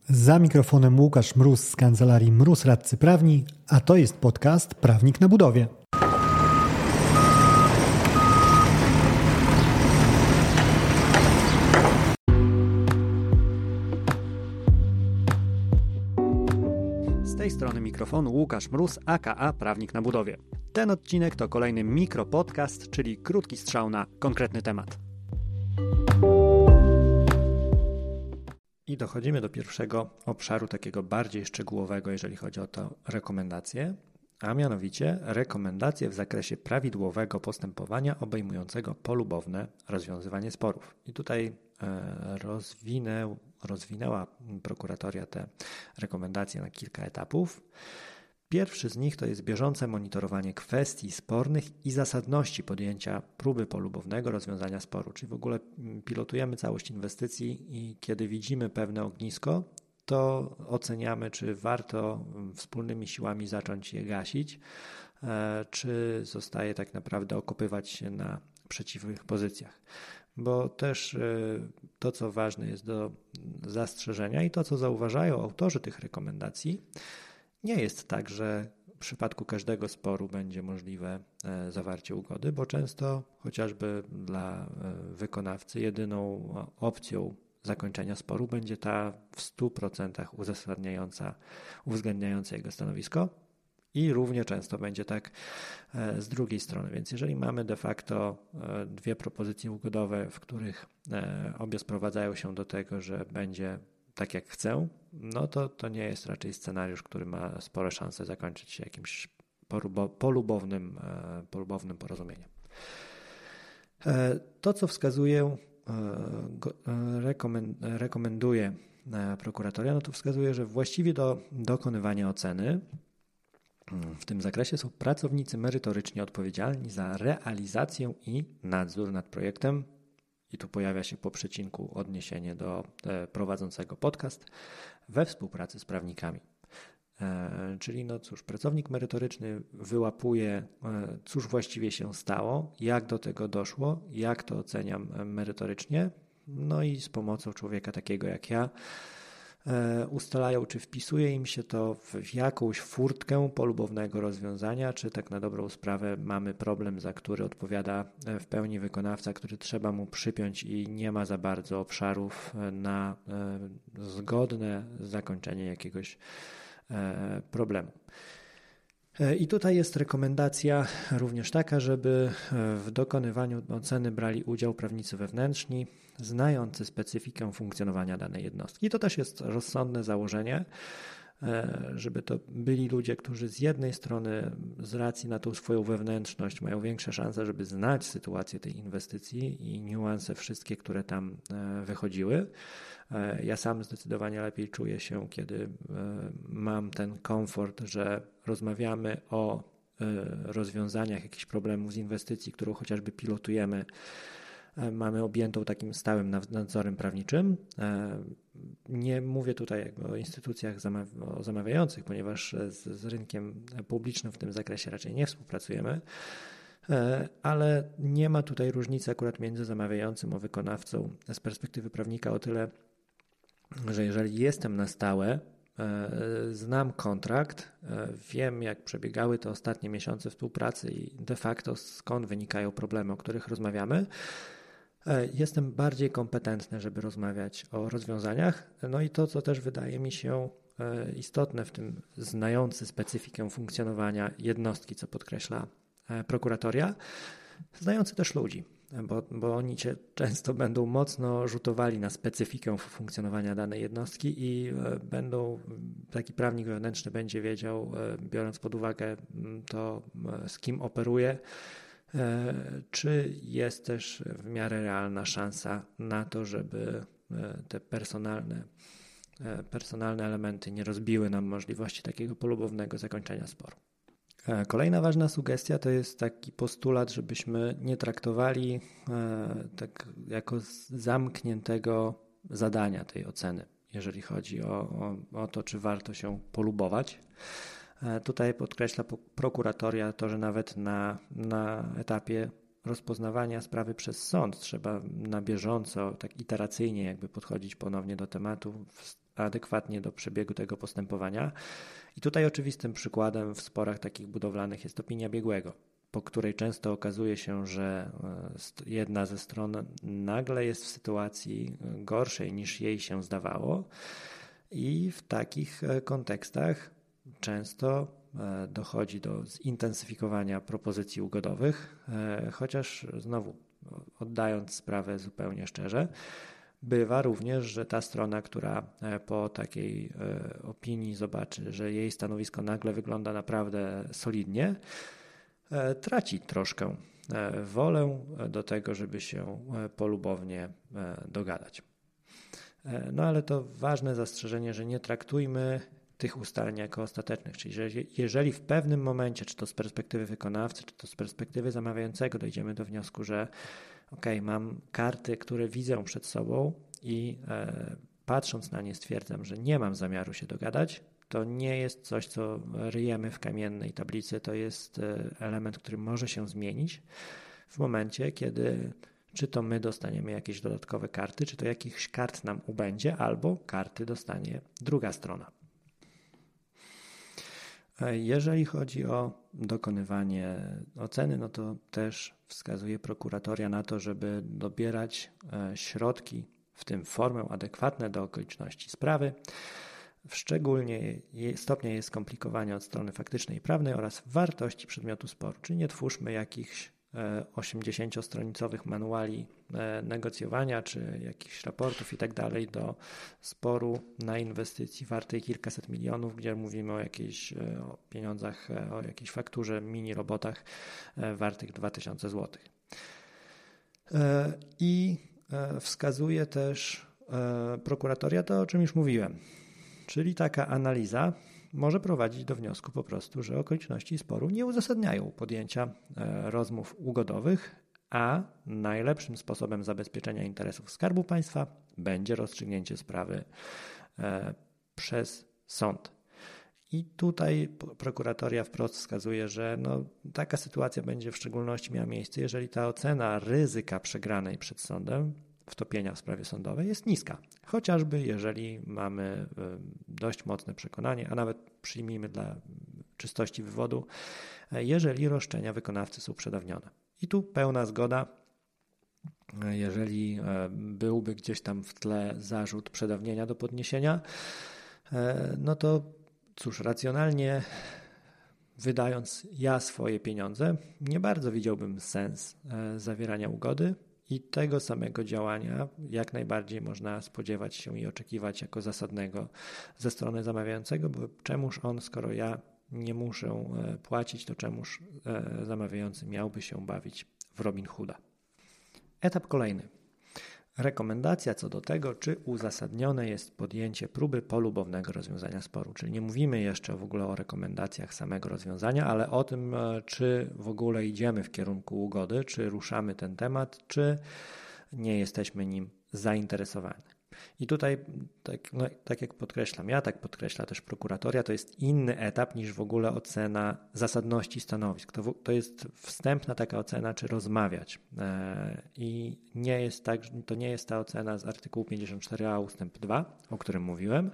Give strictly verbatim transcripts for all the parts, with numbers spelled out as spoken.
Za mikrofonem Łukasz Mróz z kancelarii Mróz Radcy Prawni, a to jest podcast Prawnik na budowie. Z tej strony mikrofonu Łukasz Mróz, aka Prawnik na budowie. Ten odcinek to kolejny mikropodcast, czyli krótki strzał na konkretny temat. I dochodzimy do pierwszego obszaru, takiego bardziej szczegółowego, jeżeli chodzi o to rekomendacje, a mianowicie rekomendacje w zakresie prawidłowego postępowania obejmującego polubowne rozwiązywanie sporów. I tutaj rozwinę, rozwinęła prokuratoria te rekomendacje na kilka etapów. Pierwszy z nich to jest bieżące monitorowanie kwestii spornych i zasadności podjęcia próby polubownego rozwiązania sporu, czyli w ogóle pilotujemy całość inwestycji i kiedy widzimy pewne ognisko, to oceniamy, czy warto wspólnymi siłami zacząć je gasić, czy zostaje tak naprawdę okopywać się na przeciwnych pozycjach. Bo też to, co ważne jest do zastrzeżenia i to, co zauważają autorzy tych rekomendacji, nie jest tak, że w przypadku każdego sporu będzie możliwe zawarcie ugody, bo często chociażby dla wykonawcy jedyną opcją zakończenia sporu będzie ta w stu procentach uzasadniająca, uwzględniająca jego stanowisko i równie często będzie tak z drugiej strony. Więc jeżeli mamy de facto dwie propozycje ugodowe, w których obie sprowadzają się do tego, że będzie tak jak chcę, no to to nie jest raczej scenariusz, który ma spore szanse zakończyć się jakimś polubownym, polubownym porozumieniem. To, co wskazuje, rekomenduje prokuratoria, no to wskazuje, że właściwie do dokonywania oceny w tym zakresie są pracownicy merytorycznie odpowiedzialni za realizację i nadzór nad projektem. I tu pojawia się po przecinku odniesienie do prowadzącego podcast we współpracy z prawnikami. Czyli no cóż, pracownik merytoryczny wyłapuje, cóż właściwie się stało, jak do tego doszło, jak to oceniam merytorycznie, no i z pomocą człowieka takiego jak ja ustalają, czy wpisuje im się to w jakąś furtkę polubownego rozwiązania, czy tak na dobrą sprawę mamy problem, za który odpowiada w pełni wykonawca, który trzeba mu przypiąć i nie ma za bardzo obszarów na zgodne zakończenie jakiegoś problemu. I tutaj jest rekomendacja również taka, żeby w dokonywaniu oceny brali udział prawnicy wewnętrzni, znający specyfikę funkcjonowania danej jednostki. I to też jest rozsądne założenie, żeby to byli ludzie, którzy z jednej strony z racji na tą swoją wewnętrzność mają większe szanse, żeby znać sytuację tej inwestycji i niuanse wszystkie, które tam wychodziły. Ja sam zdecydowanie lepiej czuję się, kiedy mam ten komfort, że rozmawiamy o rozwiązaniach jakichś problemów z inwestycji, którą chociażby pilotujemy, mamy objętą takim stałym nadzorem prawniczym. Nie mówię tutaj jakby o instytucjach zamawia- o zamawiających, ponieważ z, z rynkiem publicznym w tym zakresie raczej nie współpracujemy, ale nie ma tutaj różnicy akurat między zamawiającym a wykonawcą z perspektywy prawnika o tyle, że jeżeli jestem na stałe, znam kontrakt, wiem jak przebiegały te ostatnie miesiące współpracy i de facto skąd wynikają problemy, o których rozmawiamy, jestem bardziej kompetentny, żeby rozmawiać o rozwiązaniach. No i to, co też wydaje mi się istotne w tym, znający specyfikę funkcjonowania jednostki, co podkreśla prokuratoria, znający też ludzi, bo, bo oni cię często będą mocno rzutowali na specyfikę funkcjonowania danej jednostki i będą, taki prawnik wewnętrzny będzie wiedział, biorąc pod uwagę to, z kim operuje, czy jest też w miarę realna szansa na to, żeby te personalne, personalne elementy nie rozbiły nam możliwości takiego polubownego zakończenia sporu. Kolejna ważna sugestia to jest taki postulat, żebyśmy nie traktowali tak jako zamkniętego zadania tej oceny, jeżeli chodzi o, o, o to, czy warto się polubować. Tutaj podkreśla prokuratoria to, że nawet na, na etapie rozpoznawania sprawy przez sąd trzeba na bieżąco, tak iteracyjnie jakby podchodzić ponownie do tematu, adekwatnie do przebiegu tego postępowania. I tutaj oczywistym przykładem w sporach takich budowlanych jest opinia biegłego, po której często okazuje się, że jedna ze stron nagle jest w sytuacji gorszej niż jej się zdawało i w takich kontekstach często dochodzi do zintensyfikowania propozycji ugodowych, chociaż znowu oddając sprawę zupełnie szczerze, bywa również, że ta strona, która po takiej opinii zobaczy, że jej stanowisko nagle wygląda naprawdę solidnie, traci troszkę wolę do tego, żeby się polubownie dogadać. No ale to ważne zastrzeżenie, że nie traktujmy tych ustaleń jako ostatecznych, czyli że jeżeli w pewnym momencie, czy to z perspektywy wykonawcy, czy to z perspektywy zamawiającego dojdziemy do wniosku, że ok, mam karty, które widzę przed sobą i e, patrząc na nie stwierdzam, że nie mam zamiaru się dogadać, to nie jest coś, co ryjemy w kamiennej tablicy, to jest element, który może się zmienić w momencie, kiedy czy to my dostaniemy jakieś dodatkowe karty, czy to jakichś kart nam ubędzie, albo karty dostanie druga strona. Jeżeli chodzi o dokonywanie oceny, no to też wskazuje prokuratoria na to, żeby dobierać środki, w tym formę adekwatne do okoliczności sprawy, w szczególnie stopnia jej skomplikowania od strony faktycznej i prawnej oraz wartości przedmiotu sporu. Czyli nie twórzmy jakichś osiemdziesięciostronicowych manuali negocjowania, czy jakichś raportów i tak dalej do sporu na inwestycji wartej kilkaset milionów, gdzie mówimy o jakichś o pieniądzach, o jakiejś fakturze, mini robotach wartych dwa tysiące złotych. I wskazuje też prokuratoria to, o czym już mówiłem, czyli taka analiza może prowadzić do wniosku po prostu, że okoliczności sporu nie uzasadniają podjęcia rozmów ugodowych, a najlepszym sposobem zabezpieczenia interesów Skarbu Państwa będzie rozstrzygnięcie sprawy przez sąd. I tutaj prokuratoria wprost wskazuje, że no, taka sytuacja będzie w szczególności miała miejsce, jeżeli ta ocena ryzyka przegranej przed sądem, wtopienia w sprawie sądowej jest niska. Chociażby jeżeli mamy dość mocne przekonanie, a nawet przyjmijmy dla czystości wywodu, jeżeli roszczenia wykonawcy są przedawnione. I tu pełna zgoda, jeżeli byłby gdzieś tam w tle zarzut przedawnienia do podniesienia, no to cóż, racjonalnie wydając ja swoje pieniądze, nie bardzo widziałbym sens zawierania ugody i tego samego działania jak najbardziej można spodziewać się i oczekiwać jako zasadnego ze strony zamawiającego, bo czemuż on, skoro ja nie muszę płacić, to czemuż zamawiający miałby się bawić w Robin Hooda. Etap kolejny. Rekomendacja co do tego, czy uzasadnione jest podjęcie próby polubownego rozwiązania sporu. Czyli nie mówimy jeszcze w ogóle o rekomendacjach samego rozwiązania, ale o tym, czy w ogóle idziemy w kierunku ugody, czy ruszamy ten temat, czy nie jesteśmy nim zainteresowani. I tutaj, tak, no, tak jak podkreślam, ja tak podkreśla też prokuratoria, to jest inny etap niż w ogóle ocena zasadności stanowisk. To, to jest wstępna taka ocena, czy rozmawiać. E, I nie jest tak, to nie jest ta ocena z artykułu pięćdziesiąt cztery a ustęp dwa, o którym mówiłem.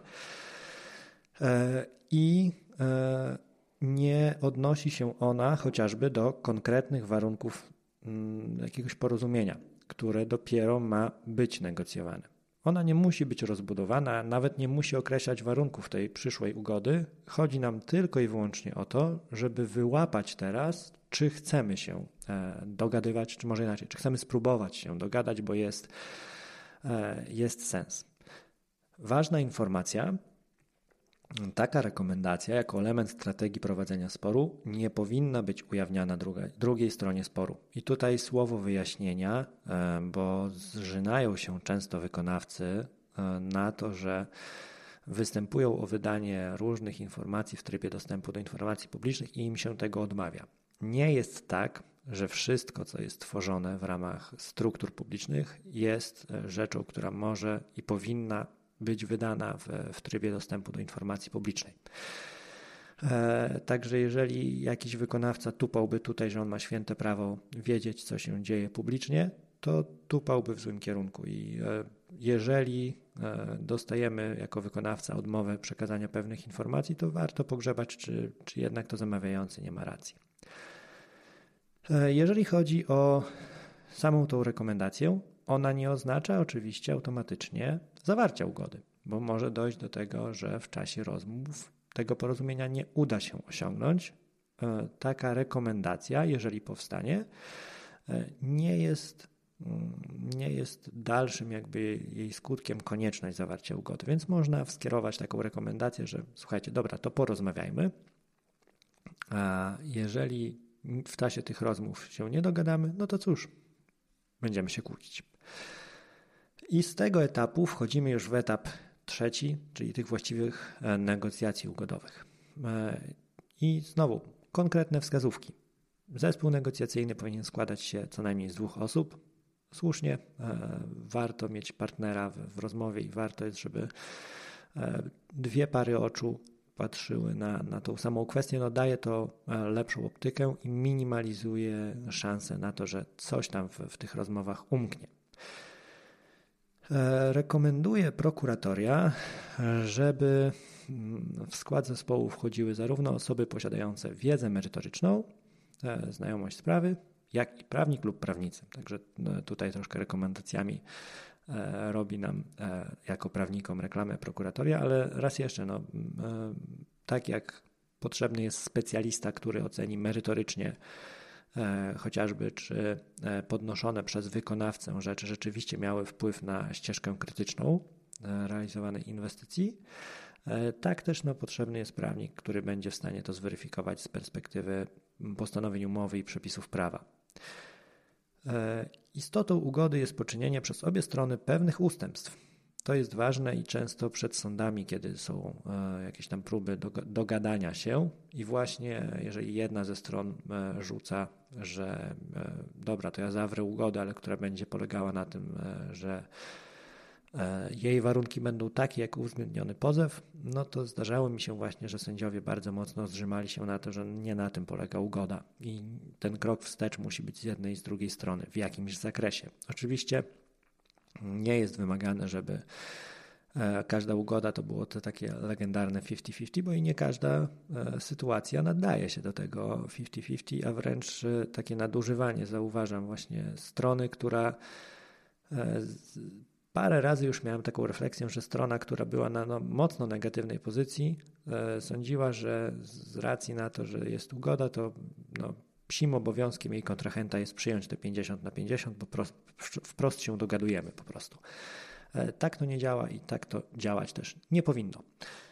E, I e, nie odnosi się ona chociażby do konkretnych warunków m, jakiegoś porozumienia, które dopiero ma być negocjowane. Ona nie musi być rozbudowana, nawet nie musi określać warunków tej przyszłej ugody. Chodzi nam tylko i wyłącznie o to, żeby wyłapać teraz, czy chcemy się dogadywać, czy może inaczej, czy chcemy spróbować się dogadać, bo jest, jest sens. Ważna informacja, taka rekomendacja jako element strategii prowadzenia sporu nie powinna być ujawniana drugiej, drugiej stronie sporu. I tutaj słowo wyjaśnienia, bo zżynają się często wykonawcy na to, że występują o wydanie różnych informacji w trybie dostępu do informacji publicznych i im się tego odmawia. Nie jest tak, że wszystko, co jest tworzone w ramach struktur publicznych, jest rzeczą, która może i powinna być wydana w, w trybie dostępu do informacji publicznej. E, także jeżeli jakiś wykonawca tupałby tutaj, że on ma święte prawo wiedzieć, co się dzieje publicznie, to tupałby w złym kierunku i e, jeżeli dostajemy jako wykonawca odmowę przekazania pewnych informacji, to warto pogrzebać, czy, czy jednak to zamawiający nie ma racji. Jeżeli chodzi o samą tą rekomendację, ona nie oznacza oczywiście automatycznie zawarcia ugody, bo może dojść do tego, że w czasie rozmów tego porozumienia nie uda się osiągnąć. Taka rekomendacja, jeżeli powstanie, nie jest, nie jest dalszym jakby jej skutkiem konieczność zawarcia ugody, więc można skierować taką rekomendację, że słuchajcie, dobra, to porozmawiajmy, a jeżeli w czasie tych rozmów się nie dogadamy, no to cóż, będziemy się kłócić. I z tego etapu wchodzimy już w etap trzeci, czyli tych właściwych negocjacji ugodowych. I znowu konkretne wskazówki. Zespół negocjacyjny powinien składać się co najmniej z dwóch osób. Słusznie, warto mieć partnera w rozmowie i warto jest, żeby dwie pary oczu patrzyły na, na tą samą kwestię. No daje to lepszą optykę i minimalizuje szanse na to, że coś tam w, w tych rozmowach umknie. Rekomenduje prokuratoria, żeby w skład zespołu wchodziły zarówno osoby posiadające wiedzę merytoryczną, znajomość sprawy, jak i prawnik lub prawnicy. Także tutaj troszkę rekomendacjami robi nam jako prawnikom reklamę prokuratoria, ale raz jeszcze, no, tak jak potrzebny jest specjalista, który oceni merytorycznie chociażby, czy podnoszone przez wykonawcę rzeczy rzeczywiście miały wpływ na ścieżkę krytyczną realizowanej inwestycji, tak też no, potrzebny jest prawnik, który będzie w stanie to zweryfikować z perspektywy postanowień umowy i przepisów prawa. Istotą ugody jest poczynienie przez obie strony pewnych ustępstw. To jest ważne i często przed sądami, kiedy są jakieś tam próby dogadania się i właśnie jeżeli jedna ze stron rzuca, że dobra, to ja zawrę ugodę, ale która będzie polegała na tym, że jej warunki będą takie, jak uwzględniony pozew, no to zdarzało mi się właśnie, że sędziowie bardzo mocno zrzymali się na to, że nie na tym polega ugoda i ten krok wstecz musi być z jednej i z drugiej strony w jakimś zakresie. Oczywiście nie jest wymagane, żeby każda ugoda to było to takie legendarne pięćdziesiąt pięćdziesiąt, bo i nie każda sytuacja nadaje się do tego pięćdziesiąt pięćdziesiąt, a wręcz takie nadużywanie zauważam właśnie strony, która parę razy już miałem taką refleksję, że strona, która była na no, mocno negatywnej pozycji, e, sądziła, że z racji na to, że jest ugoda, to no, psim obowiązkiem jej kontrahenta jest przyjąć te pięćdziesiąt na pięćdziesiąt, bo prost, wprost się dogadujemy po prostu. E, tak to nie działa i tak to działać też nie powinno.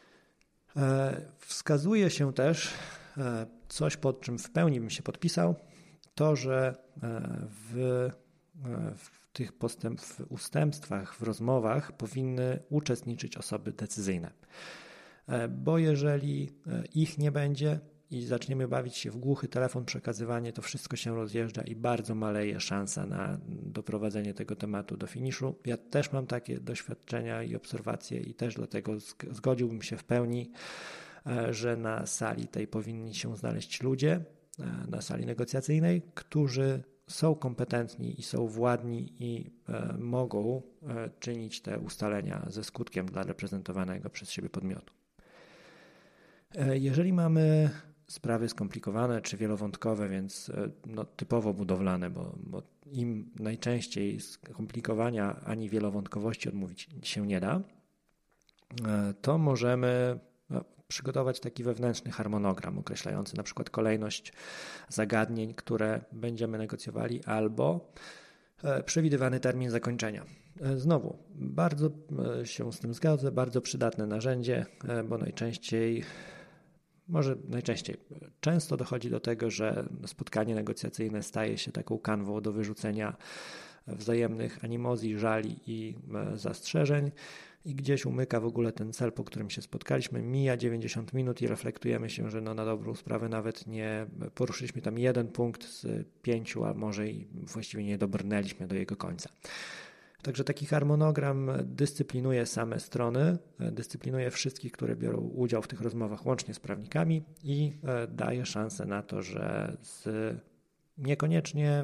E, wskazuje się też e, coś, pod czym w pełni bym się podpisał, to, że e, w, e, w w tych postęp, w ustępstwach, w rozmowach powinny uczestniczyć osoby decyzyjne. Bo jeżeli ich nie będzie i zaczniemy bawić się w głuchy telefon, przekazywanie, to wszystko się rozjeżdża i bardzo maleje szansa na doprowadzenie tego tematu do finiszu. Ja też mam takie doświadczenia i obserwacje i też dlatego zgodziłbym się w pełni, że na sali tej powinni się znaleźć ludzie, na sali negocjacyjnej, którzy są kompetentni i są władni i e, mogą e, czynić te ustalenia ze skutkiem dla reprezentowanego przez siebie podmiotu. E, jeżeli mamy sprawy skomplikowane czy wielowątkowe, więc e, no, typowo budowlane, bo, bo im najczęściej skomplikowania ani wielowątkowości odmówić się nie da, e, to możemy no, przygotować taki wewnętrzny harmonogram określający na przykład kolejność zagadnień, które będziemy negocjowali, albo przewidywany termin zakończenia. Znowu, bardzo się z tym zgadzam, bardzo przydatne narzędzie, bo najczęściej, może najczęściej, często dochodzi do tego, że spotkanie negocjacyjne staje się taką kanwą do wyrzucenia wzajemnych animozji, żali i zastrzeżeń i gdzieś umyka w ogóle ten cel, po którym się spotkaliśmy. Mija dziewięćdziesiąt minut i reflektujemy się, że no na dobrą sprawę nawet nie poruszyliśmy tam jeden punkt z pięciu, a może i właściwie nie dobrnęliśmy do jego końca. Także taki harmonogram dyscyplinuje same strony, dyscyplinuje wszystkich, które biorą udział w tych rozmowach łącznie z prawnikami i daje szansę na to, że z niekoniecznie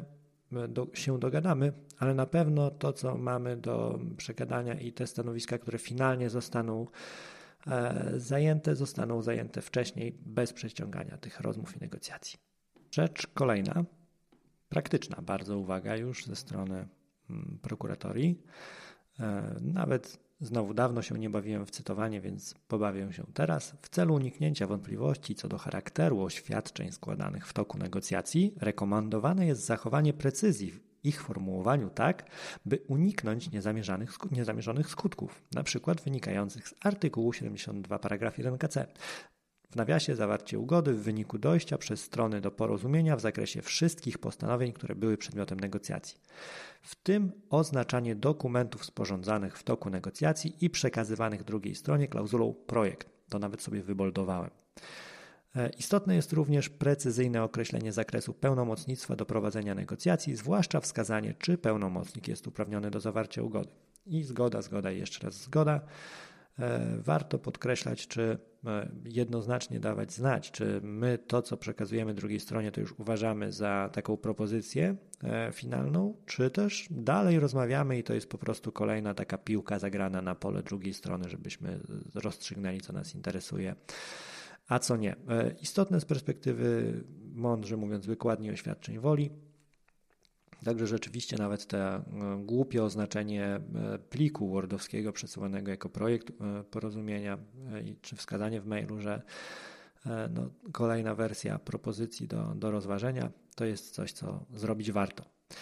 do, się dogadamy, ale na pewno to, co mamy do przegadania i te stanowiska, które finalnie zostaną e, zajęte, zostaną zajęte wcześniej, bez przeciągania tych rozmów i negocjacji. Rzecz kolejna, praktyczna bardzo, uwaga, już ze strony mm, prokuratorii. E, nawet Znowu dawno się nie bawiłem w cytowanie, więc pobawię się teraz. W celu uniknięcia wątpliwości co do charakteru oświadczeń składanych w toku negocjacji, rekomendowane jest zachowanie precyzji w ich formułowaniu tak, by uniknąć niezamierzonych, niezamierzonych skutków, na przykład wynikających z artykułu siedemdziesiąt dwa paragraf jeden k c. W nawiasie zawarcie ugody w wyniku dojścia przez strony do porozumienia w zakresie wszystkich postanowień, które były przedmiotem negocjacji. W tym oznaczanie dokumentów sporządzanych w toku negocjacji i przekazywanych drugiej stronie klauzulą projekt. To nawet sobie wyboldowałem. Istotne jest również precyzyjne określenie zakresu pełnomocnictwa do prowadzenia negocjacji, zwłaszcza wskazanie, czy pełnomocnik jest uprawniony do zawarcia ugody. I zgoda, zgoda i jeszcze raz zgoda. Warto podkreślać, czy jednoznacznie dawać znać, czy my to, co przekazujemy drugiej stronie, to już uważamy za taką propozycję finalną, czy też dalej rozmawiamy i to jest po prostu kolejna taka piłka zagrana na pole drugiej strony, żebyśmy rozstrzygnęli, co nas interesuje, a co nie. Istotne z perspektywy, mądrze mówiąc, wykładni oświadczeń woli. Także rzeczywiście nawet to głupie oznaczenie pliku wordowskiego przesyłanego jako projekt porozumienia czy wskazanie w mailu, że no, kolejna wersja propozycji do, do rozważenia, to jest coś, co zrobić warto.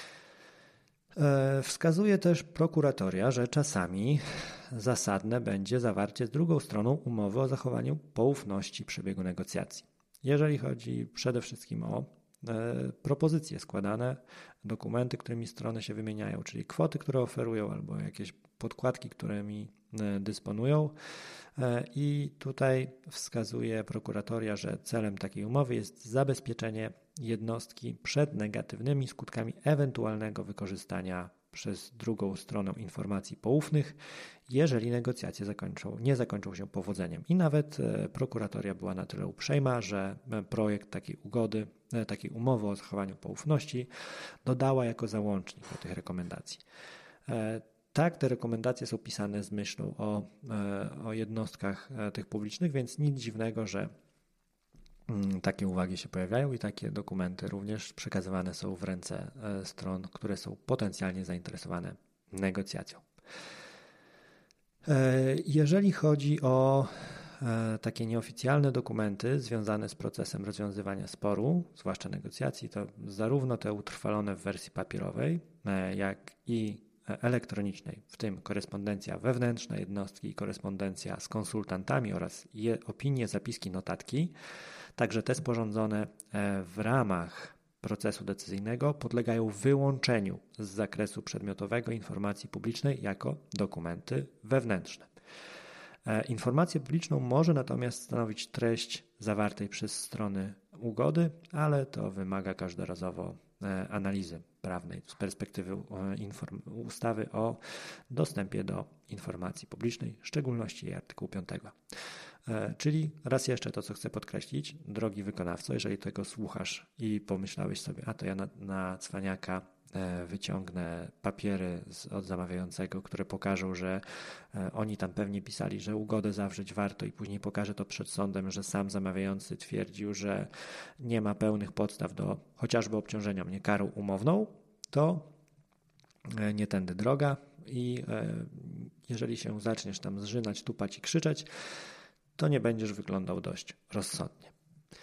Wskazuje też prokuratoria, że czasami zasadne będzie zawarcie z drugą stroną umowy o zachowaniu poufności przebiegu negocjacji. Jeżeli chodzi przede wszystkim o propozycje składane, dokumenty, którymi strony się wymieniają, czyli kwoty, które oferują albo jakieś podkładki, którymi dysponują. I tutaj wskazuje prokuratoria, że celem takiej umowy jest zabezpieczenie jednostki przed negatywnymi skutkami ewentualnego wykorzystania przez drugą stronę informacji poufnych, jeżeli negocjacje zakończą, nie zakończą się powodzeniem. I nawet prokuratoria była na tyle uprzejma, że projekt takiej ugody, takiej umowy o zachowaniu poufności dodała jako załącznik do tych rekomendacji. Tak, te rekomendacje są pisane z myślą o, o jednostkach tych publicznych, więc nic dziwnego, że takie uwagi się pojawiają i takie dokumenty również przekazywane są w ręce stron, które są potencjalnie zainteresowane negocjacją. Jeżeli chodzi o takie nieoficjalne dokumenty związane z procesem rozwiązywania sporu, zwłaszcza negocjacji, to zarówno te utrwalone w wersji papierowej, jak i elektronicznej, w tym korespondencja wewnętrzna jednostki i korespondencja z konsultantami oraz je, opinie, zapiski, notatki, także te sporządzone w ramach procesu decyzyjnego podlegają wyłączeniu z zakresu przedmiotowego informacji publicznej jako dokumenty wewnętrzne. Informację publiczną może natomiast stanowić treść zawartej przez strony ugody, ale to wymaga każdorazowo analizy prawnej z perspektywy ustawy o dostępie do informacji publicznej, w szczególności jej artykułu piątego. Czyli raz jeszcze to, co chcę podkreślić, drogi wykonawco, jeżeli tego słuchasz i pomyślałeś sobie, a to ja na, na cwaniaka wyciągnę papiery z, od zamawiającego, które pokażą, że oni tam pewnie pisali, że ugodę zawrzeć warto i później pokażę to przed sądem, że sam zamawiający twierdził, że nie ma pełnych podstaw do chociażby obciążenia mnie karą umowną, to nie tędy droga i jeżeli się zaczniesz tam zżynać, tupać i krzyczeć, to nie będziesz wyglądał dość rozsądnie.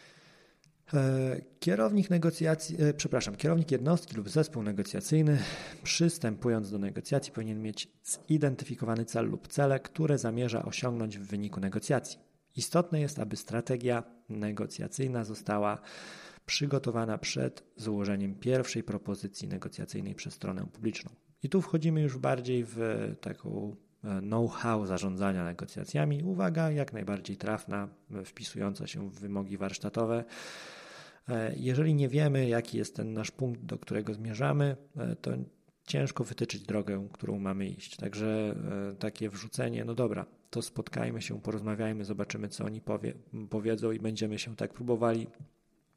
Kierownik negocjacji, przepraszam, kierownik jednostki lub zespół negocjacyjny, przystępując do negocjacji, powinien mieć zidentyfikowany cel lub cele, które zamierza osiągnąć w wyniku negocjacji. Istotne jest, aby strategia negocjacyjna została przygotowana przed złożeniem pierwszej propozycji negocjacyjnej przez stronę publiczną. I tu wchodzimy już bardziej w taką know-how zarządzania negocjacjami. Uwaga, jak najbardziej trafna, wpisująca się w wymogi warsztatowe. Jeżeli nie wiemy, jaki jest ten nasz punkt, do którego zmierzamy, to ciężko wytyczyć drogę, którą mamy iść. Także takie wrzucenie, no dobra, to spotkajmy się, porozmawiajmy, zobaczymy, co oni powie, powiedzą i będziemy się tak próbowali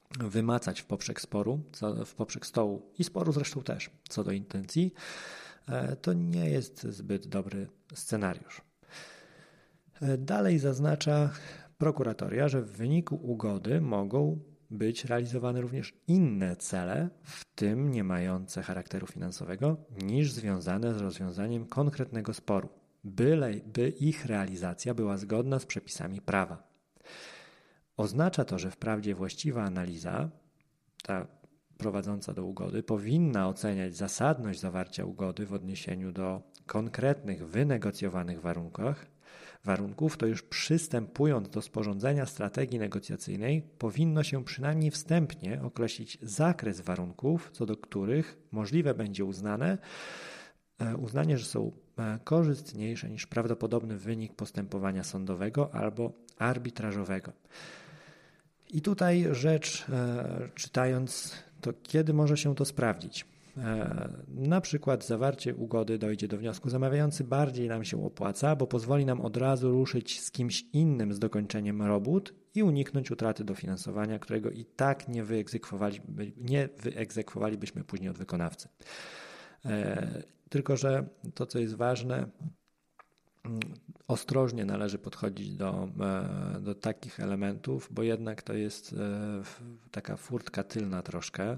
wymacać w poprzek sporu, co, w poprzek stołu i sporu zresztą też co do intencji, to nie jest zbyt dobry scenariusz. Dalej zaznacza prokuratoria, że w wyniku ugody mogą być realizowane również inne cele, w tym nie mające charakteru finansowego, niż związane z rozwiązaniem konkretnego sporu, byle by ich realizacja była zgodna z przepisami prawa. Oznacza to, że wprawdzie właściwa analiza, ta prowadząca do ugody, powinna oceniać zasadność zawarcia ugody w odniesieniu do konkretnych wynegocjowanych warunkach, warunków, to już przystępując do sporządzenia strategii negocjacyjnej powinno się przynajmniej wstępnie określić zakres warunków, co do których możliwe będzie uznane, uznanie, że są korzystniejsze niż prawdopodobny wynik postępowania sądowego albo arbitrażowego. I tutaj rzecz, czytając, to kiedy może się to sprawdzić? Na przykład zawarcie ugody dojdzie do wniosku, zamawiający bardziej nam się opłaca, bo pozwoli nam od razu ruszyć z kimś innym z dokończeniem robót i uniknąć utraty dofinansowania, którego i tak nie wyegzekwowali, nie wyegzekwowalibyśmy później od wykonawcy. Tylko że to, co jest ważne, ostrożnie należy podchodzić do, do takich elementów, bo jednak to jest taka furtka tylna troszkę.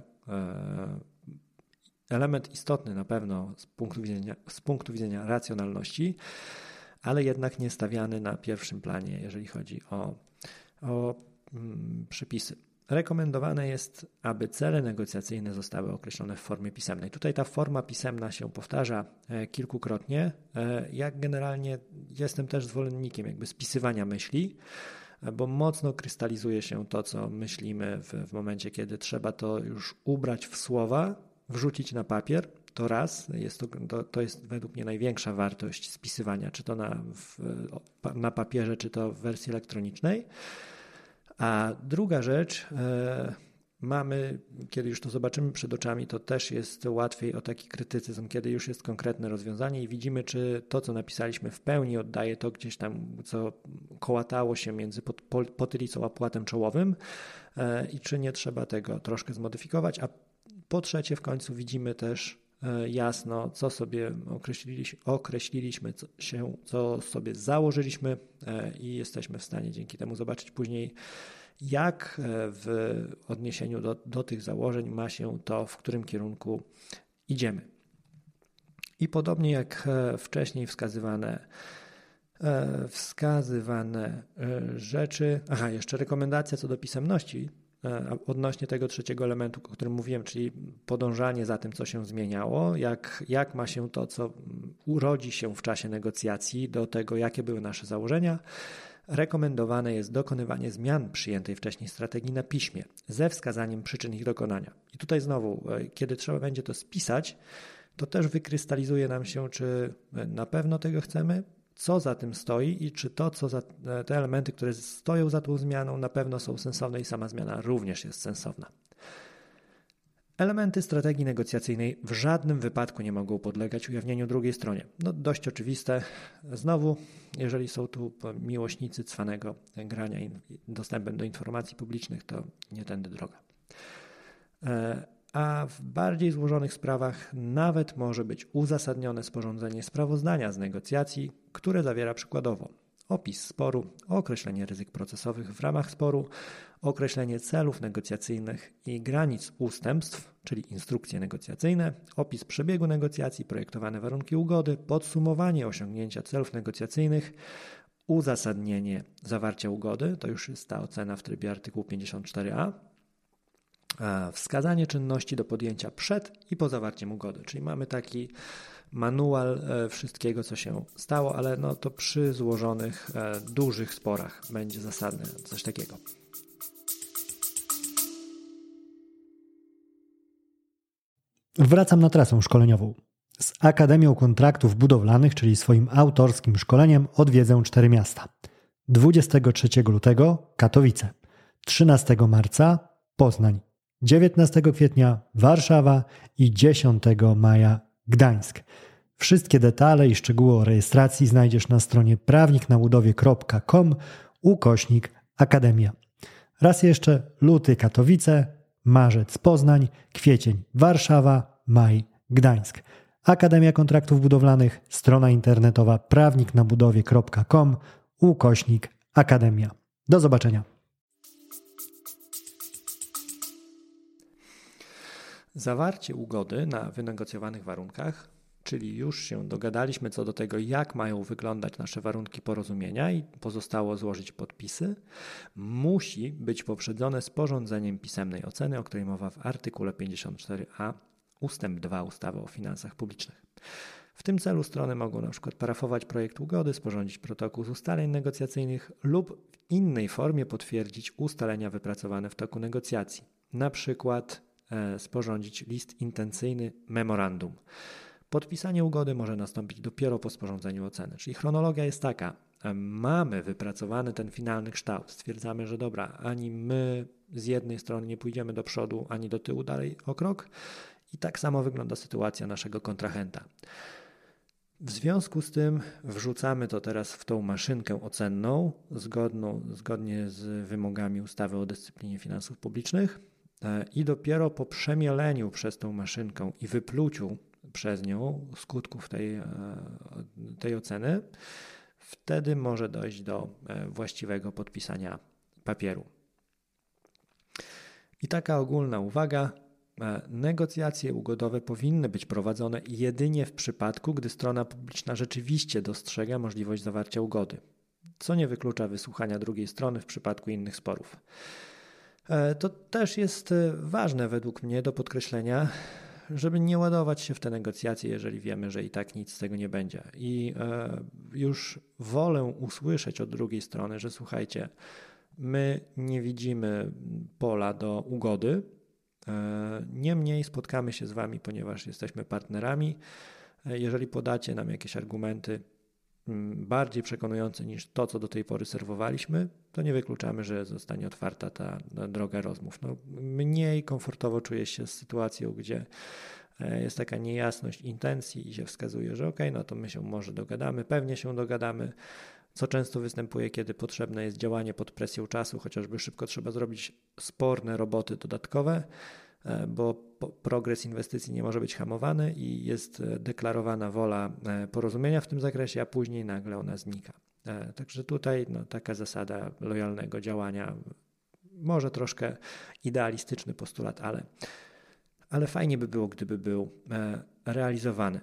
Element istotny na pewno z punktu widzenia, z punktu widzenia racjonalności, ale jednak nie stawiany na pierwszym planie, jeżeli chodzi o, o mm, przepisy. Rekomendowane jest, aby cele negocjacyjne zostały określone w formie pisemnej. Tutaj ta forma pisemna się powtarza kilkukrotnie. Ja generalnie jestem też zwolennikiem jakby spisywania myśli, bo mocno krystalizuje się to, co myślimy w, w momencie, kiedy trzeba to już ubrać w słowa, wrzucić na papier. To raz, jest to, to, to jest według mnie największa wartość spisywania, czy to na, w, na papierze, czy to w wersji elektronicznej. A druga rzecz, e, mamy, kiedy już to zobaczymy przed oczami, to też jest łatwiej o taki krytycyzm, kiedy już jest konkretne rozwiązanie i widzimy, czy to, co napisaliśmy, w pełni oddaje to gdzieś tam, co kołatało się między pod, potylicą a płatem czołowym e, i czy nie trzeba tego troszkę zmodyfikować. A po trzecie, w końcu widzimy też e, jasno, co sobie określiliśmy, określiliśmy co, się, co sobie założyliśmy e, i jesteśmy w stanie dzięki temu zobaczyć później, jak w odniesieniu do, do tych założeń ma się to, w którym kierunku idziemy. I podobnie jak wcześniej wskazywane, wskazywane rzeczy, aha, jeszcze rekomendacja co do pisemności, odnośnie tego trzeciego elementu, o którym mówiłem, czyli podążanie za tym, co się zmieniało, jak, jak ma się to, co urodzi się w czasie negocjacji, do tego, jakie były nasze założenia. Rekomendowane jest dokonywanie zmian przyjętej wcześniej strategii na piśmie ze wskazaniem przyczyn ich dokonania. I tutaj znowu, kiedy trzeba będzie to spisać, to też wykrystalizuje nam się, czy na pewno tego chcemy, co za tym stoi i czy to, co za te elementy, które stoją za tą zmianą, na pewno są sensowne i sama zmiana również jest sensowna. Elementy strategii negocjacyjnej w żadnym wypadku nie mogą podlegać ujawnieniu drugiej stronie. No dość oczywiste. Znowu, jeżeli są tu miłośnicy cwanego grania i dostępem do informacji publicznych, to nie tędy droga. A w bardziej złożonych sprawach nawet może być uzasadnione sporządzenie sprawozdania z negocjacji, które zawiera przykładowo opis sporu, określenie ryzyk procesowych w ramach sporu, określenie celów negocjacyjnych i granic ustępstw, czyli instrukcje negocjacyjne, opis przebiegu negocjacji, projektowane warunki ugody, podsumowanie osiągnięcia celów negocjacyjnych, uzasadnienie zawarcia ugody, to już jest ta ocena w trybie artykułu pięćdziesiąt cztery a, wskazanie czynności do podjęcia przed i po zawarciem ugody, czyli mamy taki manual wszystkiego, co się stało, ale no to przy złożonych, dużych sporach będzie zasadne coś takiego. Wracam na trasę szkoleniową. Z Akademią Kontraktów Budowlanych, czyli swoim autorskim szkoleniem, odwiedzę cztery miasta. dwudziestego trzeciego lutego Katowice, trzynastego marca Poznań, dziewiętnastego kwietnia Warszawa i dziesiątego maja Gdańsk. Wszystkie detale i szczegóły o rejestracji znajdziesz na stronie prawnik na budowie kropka com ukośnik akademia. Raz jeszcze luty Katowice, marzec Poznań, kwiecień Warszawa, maj Gdańsk. Akademia Kontraktów Budowlanych, strona internetowa prawniknabudowie kropka com, ukośnik Akademia. Do zobaczenia. Zawarcie ugody na wynegocjowanych warunkach, czyli już się dogadaliśmy co do tego, jak mają wyglądać nasze warunki porozumienia i pozostało złożyć podpisy, musi być poprzedzone sporządzeniem pisemnej oceny, o której mowa w artykule pięćdziesiąt cztery a ustęp dwa ustawy o finansach publicznych. W tym celu strony mogą na przykład parafować projekt ugody, sporządzić protokół z ustaleń negocjacyjnych lub w innej formie potwierdzić ustalenia wypracowane w toku negocjacji, na przykład e, sporządzić list intencyjny memorandum. Podpisanie ugody może nastąpić dopiero po sporządzeniu oceny, czyli chronologia jest taka: mamy wypracowany ten finalny kształt, stwierdzamy, że dobra, ani my z jednej strony nie pójdziemy do przodu, ani do tyłu dalej o krok i tak samo wygląda sytuacja naszego kontrahenta. W związku z tym wrzucamy to teraz w tą maszynkę ocenną, zgodną, zgodnie z wymogami ustawy o dyscyplinie finansów publicznych i dopiero po przemieleniu przez tą maszynkę i wypluciu przez nią skutków tej, tej oceny, wtedy może dojść do właściwego podpisania papieru. I taka ogólna uwaga: negocjacje ugodowe powinny być prowadzone jedynie w przypadku, gdy strona publiczna rzeczywiście dostrzega możliwość zawarcia ugody, co nie wyklucza wysłuchania drugiej strony w przypadku innych sporów. To też jest ważne według mnie do podkreślenia, żeby nie ładować się w te negocjacje, jeżeli wiemy, że i tak nic z tego nie będzie. I już wolę usłyszeć od drugiej strony, że słuchajcie, my nie widzimy pola do ugody, niemniej spotkamy się z wami, ponieważ jesteśmy partnerami. Jeżeli podacie nam jakieś argumenty bardziej przekonujące niż to, co do tej pory serwowaliśmy, to nie wykluczamy, że zostanie otwarta ta droga rozmów. No, mniej komfortowo czuję się z sytuacją, gdzie jest taka niejasność intencji i się wskazuje, że okej, okay, no to my się może dogadamy, pewnie się dogadamy, co często występuje, kiedy potrzebne jest działanie pod presją czasu, chociażby szybko trzeba zrobić sporne roboty dodatkowe, bo progres inwestycji nie może być hamowany i jest deklarowana wola porozumienia w tym zakresie, a później nagle ona znika. Także tutaj no, taka zasada lojalnego działania, może troszkę idealistyczny postulat, ale, ale fajnie by było, gdyby był realizowany.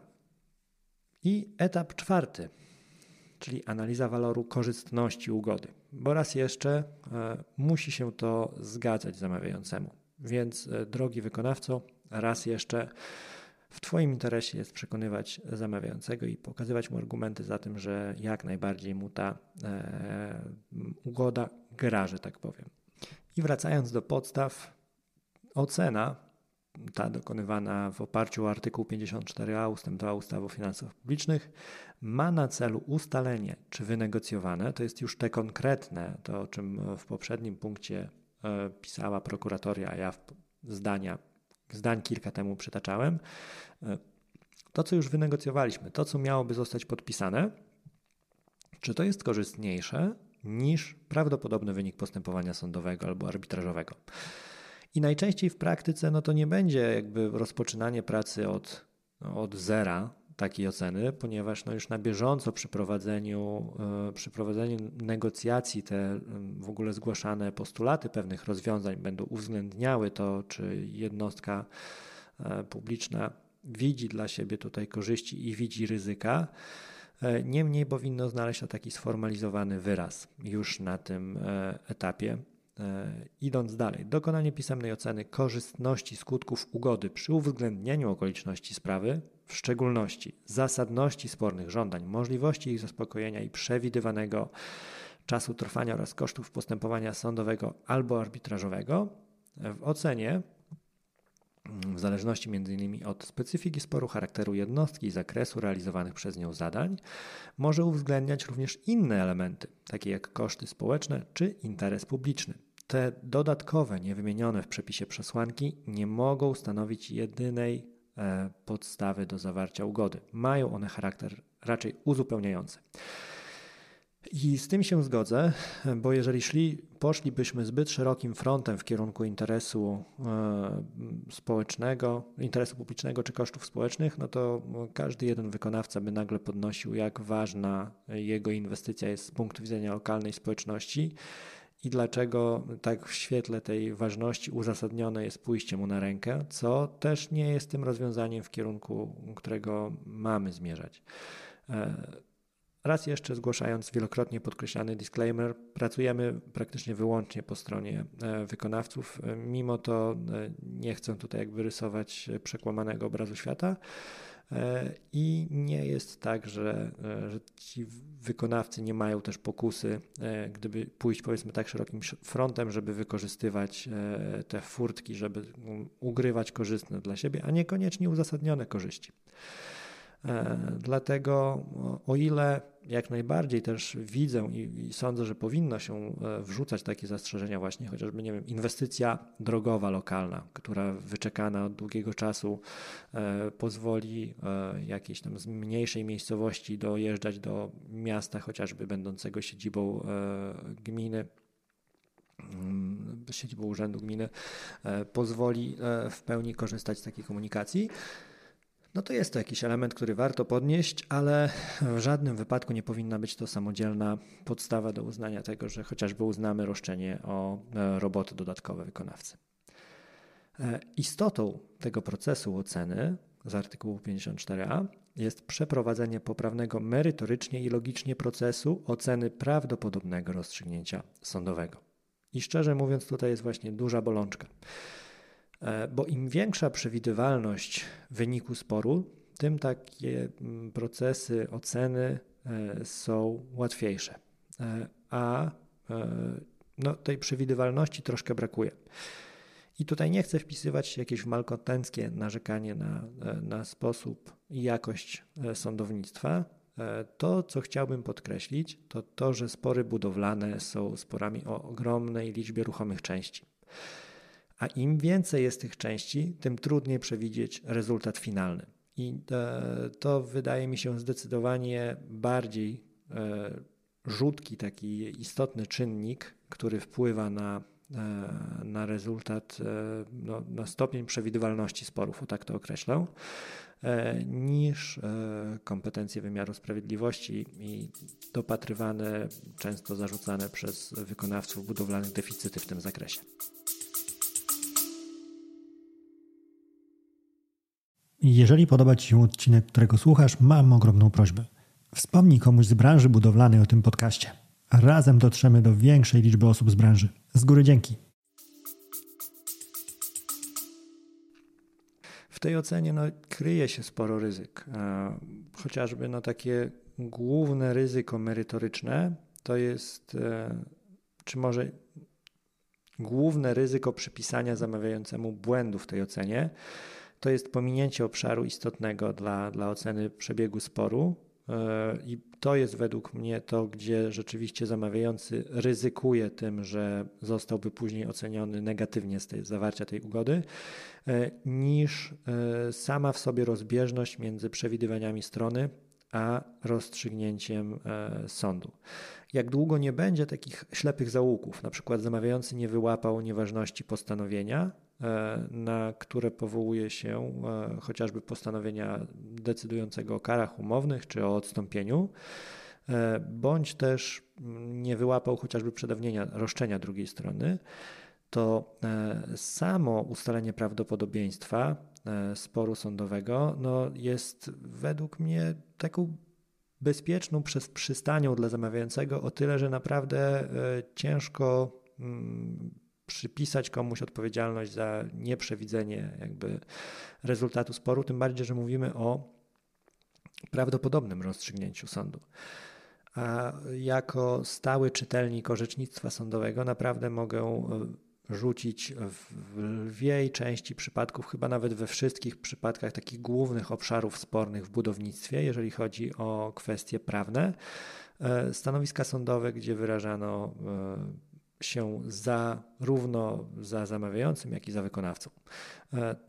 I etap czwarty, czyli analiza waloru korzystności ugody, bo raz jeszcze musi się to zgadzać zamawiającemu. Więc drogi wykonawco, raz jeszcze w Twoim interesie jest przekonywać zamawiającego i pokazywać mu argumenty za tym, że jak najbardziej mu ta e, ugoda gra, że tak powiem. I wracając do podstaw, ocena ta dokonywana w oparciu o artykuł pięćdziesiąt cztery a ustęp dwa ustawy o finansach publicznych ma na celu ustalenie, czy wynegocjowane, to jest już te konkretne, to o czym w poprzednim punkcie pisała prokuratoria, a ja zdania, zdań kilka temu przytaczałem, to co już wynegocjowaliśmy, to co miałoby zostać podpisane, czy to jest korzystniejsze niż prawdopodobny wynik postępowania sądowego albo arbitrażowego. I najczęściej w praktyce no to nie będzie jakby rozpoczynanie pracy od, od zera takiej oceny, ponieważ no już na bieżąco przy prowadzeniu, przy prowadzeniu negocjacji te w ogóle zgłaszane postulaty pewnych rozwiązań będą uwzględniały to, czy jednostka publiczna widzi dla siebie tutaj korzyści i widzi ryzyka. Niemniej powinno znaleźć się taki sformalizowany wyraz już na tym etapie. Idąc dalej, dokonanie pisemnej oceny korzystności skutków ugody przy uwzględnieniu okoliczności sprawy, w szczególności zasadności spornych żądań, możliwości ich zaspokojenia i przewidywanego czasu trwania oraz kosztów postępowania sądowego albo arbitrażowego. W ocenie, w zależności między innymi od specyfiki sporu, charakteru jednostki i zakresu realizowanych przez nią zadań, może uwzględniać również inne elementy, takie jak koszty społeczne czy interes publiczny. Te dodatkowe, niewymienione w przepisie przesłanki nie mogą stanowić jedynej e, podstawy do zawarcia ugody. Mają one charakter raczej uzupełniający. I z tym się zgodzę, bo jeżeli szli, poszlibyśmy zbyt szerokim frontem w kierunku interesu e, społecznego, interesu publicznego czy kosztów społecznych, no to każdy jeden wykonawca by nagle podnosił, jak ważna jego inwestycja jest z punktu widzenia lokalnej społeczności i dlaczego tak w świetle tej ważności uzasadnione jest pójście mu na rękę, co też nie jest tym rozwiązaniem, w kierunku którego mamy zmierzać. Raz jeszcze zgłaszając wielokrotnie podkreślany disclaimer, pracujemy praktycznie wyłącznie po stronie wykonawców. Mimo to nie chcę tutaj jakby rysować przekłamanego obrazu świata i nie jest tak, że, że ci wykonawcy nie mają też pokusy, gdyby pójść powiedzmy tak szerokim frontem, żeby wykorzystywać te furtki, żeby ugrywać korzystne dla siebie, a niekoniecznie uzasadnione korzyści. Dlatego o ile jak najbardziej też widzę i, i sądzę, że powinno się wrzucać takie zastrzeżenia właśnie, chociażby nie wiem, inwestycja drogowa lokalna, która wyczekana od długiego czasu e, pozwoli e, jakiejś tam z mniejszej miejscowości dojeżdżać do miasta chociażby będącego siedzibą e, gminy, siedzibą urzędu gminy, e, pozwoli e, w pełni korzystać z takiej komunikacji. No to jest to jakiś element, który warto podnieść, ale w żadnym wypadku nie powinna być to samodzielna podstawa do uznania tego, że chociażby uznamy roszczenie o roboty dodatkowe wykonawcy. Istotą tego procesu oceny z artykułu pięćdziesiąt cztery a jest przeprowadzenie poprawnego merytorycznie i logicznie procesu oceny prawdopodobnego rozstrzygnięcia sądowego. I szczerze mówiąc, tutaj jest właśnie duża bolączka. Bo im większa przewidywalność wyniku sporu, tym takie procesy oceny są łatwiejsze. A no, tej przewidywalności troszkę brakuje. I tutaj nie chcę wpisywać się jakieś malkontenckie narzekanie na, na sposób i jakość sądownictwa. To, co chciałbym podkreślić, to to, że spory budowlane są sporami o ogromnej liczbie ruchomych części. A im więcej jest tych części, tym trudniej przewidzieć rezultat finalny. I to wydaje mi się zdecydowanie bardziej rzutki, taki istotny czynnik, który wpływa na, na rezultat, no, na stopień przewidywalności sporów, o tak to określę, niż kompetencje wymiaru sprawiedliwości i dopatrywane, często zarzucane przez wykonawców budowlanych deficyty w tym zakresie. Jeżeli podoba Ci się odcinek, którego słuchasz, mam ogromną prośbę. Wspomnij komuś z branży budowlanej o tym podcaście. Razem dotrzemy do większej liczby osób z branży. Z góry dzięki. W tej ocenie no, kryje się sporo ryzyk. Chociażby no, takie główne ryzyko merytoryczne to jest, czy może główne ryzyko przypisania zamawiającemu błędu w tej ocenie, to jest pominięcie obszaru istotnego dla, dla oceny przebiegu sporu i to jest według mnie to, gdzie rzeczywiście zamawiający ryzykuje tym, że zostałby później oceniony negatywnie z tej zawarcia tej ugody, niż sama w sobie rozbieżność między przewidywaniami strony a rozstrzygnięciem sądu. Jak długo nie będzie takich ślepych zaułków, na przykład zamawiający nie wyłapał nieważności postanowienia, na które powołuje się chociażby postanowienia decydującego o karach umownych czy o odstąpieniu, bądź też nie wyłapał chociażby przedawnienia roszczenia drugiej strony, to samo ustalenie prawdopodobieństwa sporu sądowego no, jest według mnie taką bezpieczną przystanią dla zamawiającego o tyle, że naprawdę ciężko przypisać komuś odpowiedzialność za nieprzewidzenie jakby rezultatu sporu, tym bardziej, że mówimy o prawdopodobnym rozstrzygnięciu sądu. A jako stały czytelnik orzecznictwa sądowego naprawdę mogę rzucić w lwiej części przypadków, chyba nawet we wszystkich przypadkach takich głównych obszarów spornych w budownictwie, jeżeli chodzi o kwestie prawne, stanowiska sądowe, gdzie wyrażano się zarówno za zamawiającym, jak i za wykonawcą.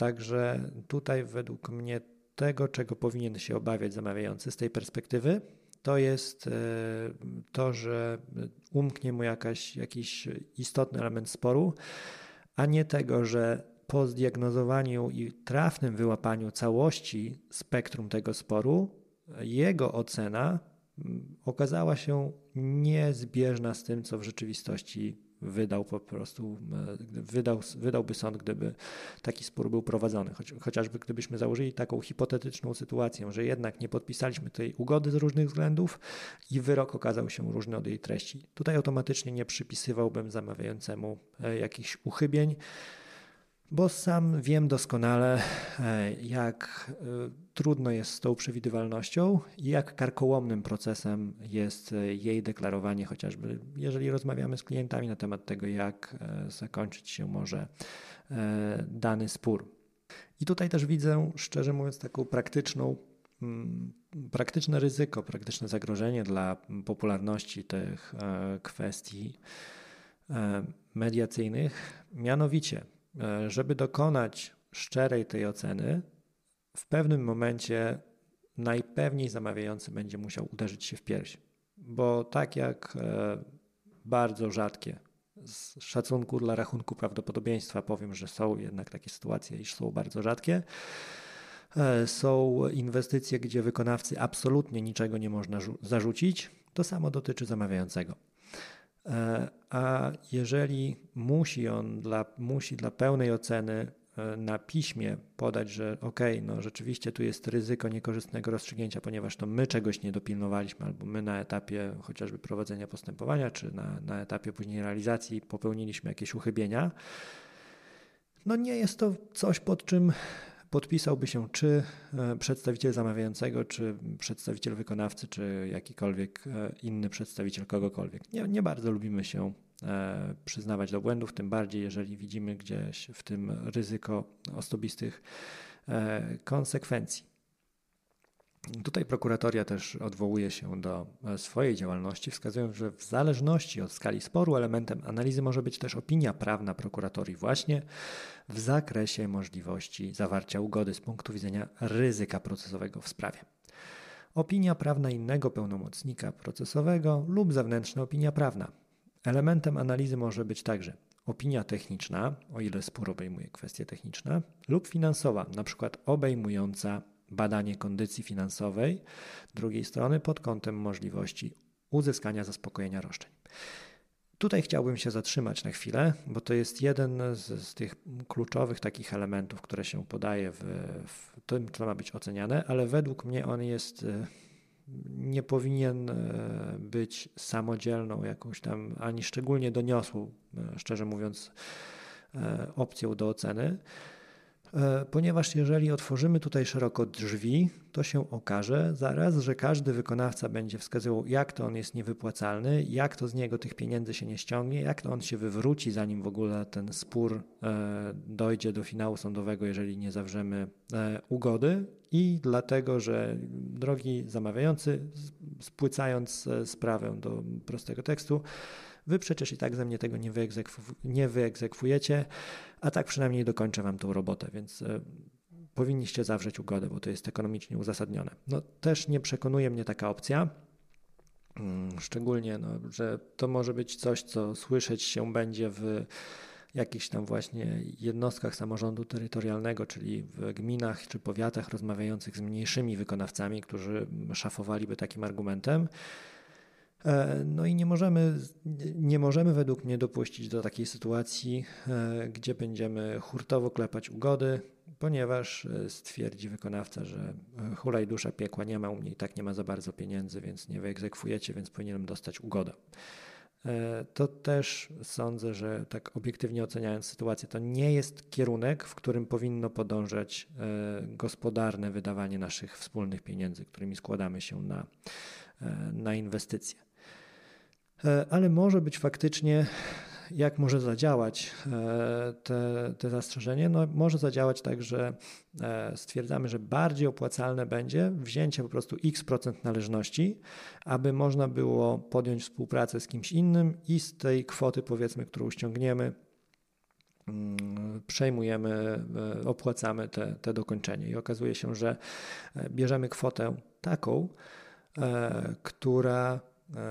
Także tutaj według mnie tego, czego powinien się obawiać zamawiający z tej perspektywy, to jest to, że umknie mu jakaś, jakiś istotny element sporu, a nie tego, że po zdiagnozowaniu i trafnym wyłapaniu całości spektrum tego sporu, jego ocena okazała się niezbieżna z tym, co w rzeczywistości wydał po prostu, wydał, wydałby sąd, gdyby taki spór był prowadzony. Choć, chociażby gdybyśmy założyli taką hipotetyczną sytuację, że jednak nie podpisaliśmy tej ugody z różnych względów i wyrok okazał się różny od jej treści. Tutaj automatycznie nie przypisywałbym zamawiającemu jakichś uchybień, bo sam wiem doskonale, jak trudno jest z tą przewidywalnością i jak karkołomnym procesem jest jej deklarowanie, chociażby jeżeli rozmawiamy z klientami na temat tego, jak zakończyć się może dany spór. I tutaj też widzę, szczerze mówiąc, taką praktyczną, praktyczne ryzyko, praktyczne zagrożenie dla popularności tych kwestii mediacyjnych, mianowicie żeby dokonać szczerej tej oceny, w pewnym momencie najpewniej zamawiający będzie musiał uderzyć się w pierś, bo tak jak bardzo rzadkie, z szacunku dla rachunku prawdopodobieństwa powiem, że są jednak takie sytuacje, iż są bardzo rzadkie, są inwestycje, gdzie wykonawcy absolutnie niczego nie można zarzucić, to samo dotyczy zamawiającego. A jeżeli musi on dla, musi dla pełnej oceny na piśmie podać, że ok, no rzeczywiście tu jest ryzyko niekorzystnego rozstrzygnięcia, ponieważ to my czegoś nie dopilnowaliśmy, albo my na etapie chociażby prowadzenia postępowania, czy na, na etapie później realizacji popełniliśmy jakieś uchybienia, no nie jest to coś, pod czym podpisałby się czy przedstawiciel zamawiającego, czy przedstawiciel wykonawcy, czy jakikolwiek inny przedstawiciel kogokolwiek. Nie, nie bardzo lubimy się przyznawać do błędów, tym bardziej jeżeli widzimy gdzieś w tym ryzyko osobistych konsekwencji. Tutaj prokuratoria też odwołuje się do swojej działalności, wskazując, że w zależności od skali sporu elementem analizy może być też opinia prawna prokuratorii właśnie w zakresie możliwości zawarcia ugody z punktu widzenia ryzyka procesowego w sprawie. Opinia prawna innego pełnomocnika procesowego lub zewnętrzna opinia prawna. Elementem analizy może być także opinia techniczna, o ile spór obejmuje kwestie techniczne, lub finansowa, np. obejmująca badanie kondycji finansowej drugiej strony pod kątem możliwości uzyskania zaspokojenia roszczeń. Tutaj chciałbym się zatrzymać na chwilę, bo to jest jeden z, z tych kluczowych takich elementów, które się podaje w, w tym, co ma być oceniane, ale według mnie on jest, nie powinien być samodzielną jakąś tam, ani szczególnie doniosłą, szczerze mówiąc, opcją do oceny. Ponieważ jeżeli otworzymy tutaj szeroko drzwi, to się okaże zaraz, że każdy wykonawca będzie wskazywał, jak to on jest niewypłacalny, jak to z niego tych pieniędzy się nie ściągnie, jak to on się wywróci, zanim w ogóle ten spór dojdzie do finału sądowego, jeżeli nie zawrzemy ugody. I dlatego, że drogi zamawiający, spłycając sprawę do prostego tekstu, wy przecież i tak ze mnie tego nie, wyegzekwu- nie wyegzekwujecie, a tak przynajmniej dokończę wam tą robotę, więc y, powinniście zawrzeć ugodę, bo to jest ekonomicznie uzasadnione. No też nie przekonuje mnie taka opcja, hmm, szczególnie, no, że to może być coś, co słyszeć się będzie w jakichś tam właśnie jednostkach samorządu terytorialnego, czyli w gminach czy powiatach rozmawiających z mniejszymi wykonawcami, którzy szafowaliby takim argumentem. No i nie możemy, nie możemy według mnie dopuścić do takiej sytuacji, gdzie będziemy hurtowo klepać ugody, ponieważ stwierdzi wykonawca, że hulaj dusza, piekła nie ma, u mnie i tak nie ma za bardzo pieniędzy, więc nie wyegzekwujecie, więc powinienem dostać ugodę. To też sądzę, że tak obiektywnie oceniając sytuację, to nie jest kierunek, w którym powinno podążać gospodarne wydawanie naszych wspólnych pieniędzy, którymi składamy się na, na inwestycje. Ale może być faktycznie, jak może zadziałać te, te zastrzeżenie? No, może zadziałać tak, że stwierdzamy, że bardziej opłacalne będzie wzięcie po prostu x procent należności, aby można było podjąć współpracę z kimś innym i z tej kwoty, powiedzmy, którą ściągniemy, przejmujemy, opłacamy te, te dokończenie. I okazuje się, że bierzemy kwotę taką, która,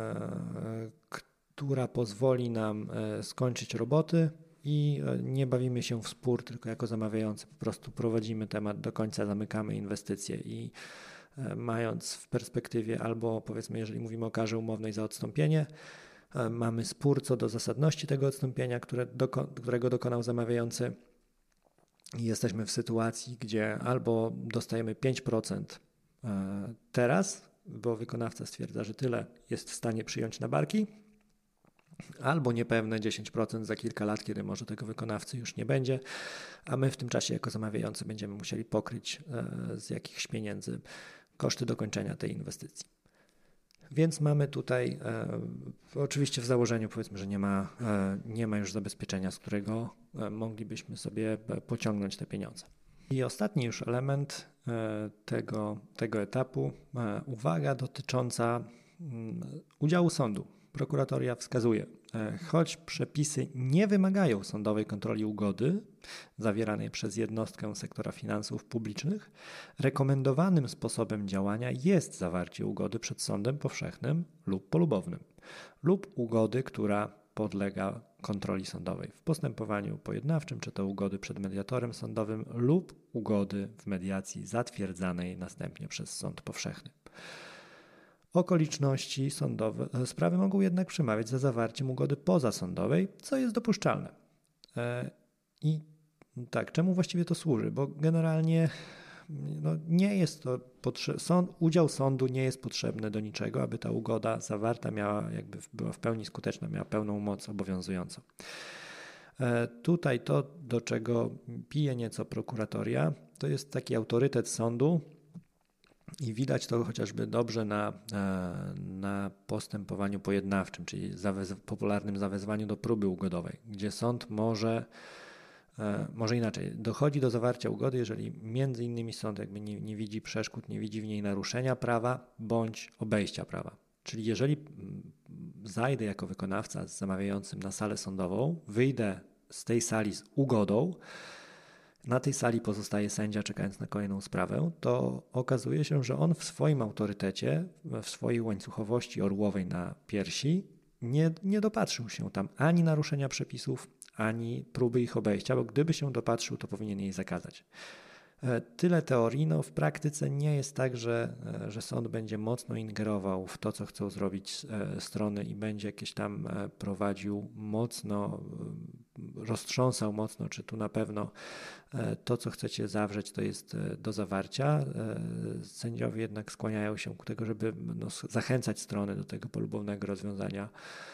która pozwoli nam skończyć roboty i nie bawimy się w spór tylko jako zamawiający. Po prostu prowadzimy temat do końca, zamykamy inwestycje i mając w perspektywie albo powiedzmy, jeżeli mówimy o karze umownej za odstąpienie, mamy spór co do zasadności tego odstąpienia, które doko, którego dokonał zamawiający i jesteśmy w sytuacji, gdzie albo dostajemy pięć procent teraz, bo wykonawca stwierdza, że tyle jest w stanie przyjąć na barki, albo niepewne dziesięć procent za kilka lat, kiedy może tego wykonawcy już nie będzie, a my w tym czasie jako zamawiający będziemy musieli pokryć z jakichś pieniędzy koszty dokończenia tej inwestycji. Więc mamy tutaj, e, oczywiście w założeniu powiedzmy, że nie ma, e, nie ma już zabezpieczenia, z którego e, moglibyśmy sobie pociągnąć te pieniądze. I ostatni już element e, tego, tego etapu, e, uwaga dotycząca m, udziału sądu. Prokuratoria wskazuje, e, choć przepisy nie wymagają sądowej kontroli ugody zawieranej przez jednostkę sektora finansów publicznych, rekomendowanym sposobem działania jest zawarcie ugody przed sądem powszechnym lub polubownym lub ugody, która podlega kontroli sądowej w postępowaniu pojednawczym, czy to ugody przed mediatorem sądowym lub ugody w mediacji zatwierdzanej następnie przez sąd powszechny. Okoliczności sądowe sprawy mogą jednak przemawiać za zawarciem ugody pozasądowej, co jest dopuszczalne. I tak, czemu właściwie to służy? Bo generalnie no, nie jest to potrze- sąd, udział sądu nie jest potrzebny do niczego, aby ta ugoda zawarta miała, jakby była w pełni skuteczna, miała pełną moc obowiązującą. Tutaj to, do czego pije nieco prokuratoria, to jest taki autorytet sądu. I widać to chociażby dobrze na, na postępowaniu pojednawczym, czyli zawez, popularnym zawezwaniu do próby ugodowej, gdzie sąd może, może inaczej, dochodzi do zawarcia ugody, jeżeli między innymi sąd jakby nie, nie widzi przeszkód, nie widzi w niej naruszenia prawa bądź obejścia prawa. Czyli jeżeli zajdę jako wykonawca z zamawiającym na salę sądową, wyjdę z tej sali z ugodą, na tej sali pozostaje sędzia czekając na kolejną sprawę, to okazuje się, że on w swoim autorytecie, w swojej łańcuchowości orłowej na piersi nie, nie dopatrzył się tam ani naruszenia przepisów, ani próby ich obejścia, bo gdyby się dopatrzył, to powinien jej zakazać. Tyle teorii, no w praktyce nie jest tak, że, że sąd będzie mocno ingerował w to, co chcą zrobić strony i będzie jakieś tam prowadził mocno, roztrząsał mocno, czy tu na pewno to, co chcecie zawrzeć, to jest do zawarcia. Sędziowie jednak skłaniają się ku tego, żeby no, zachęcać strony do tego polubownego rozwiązania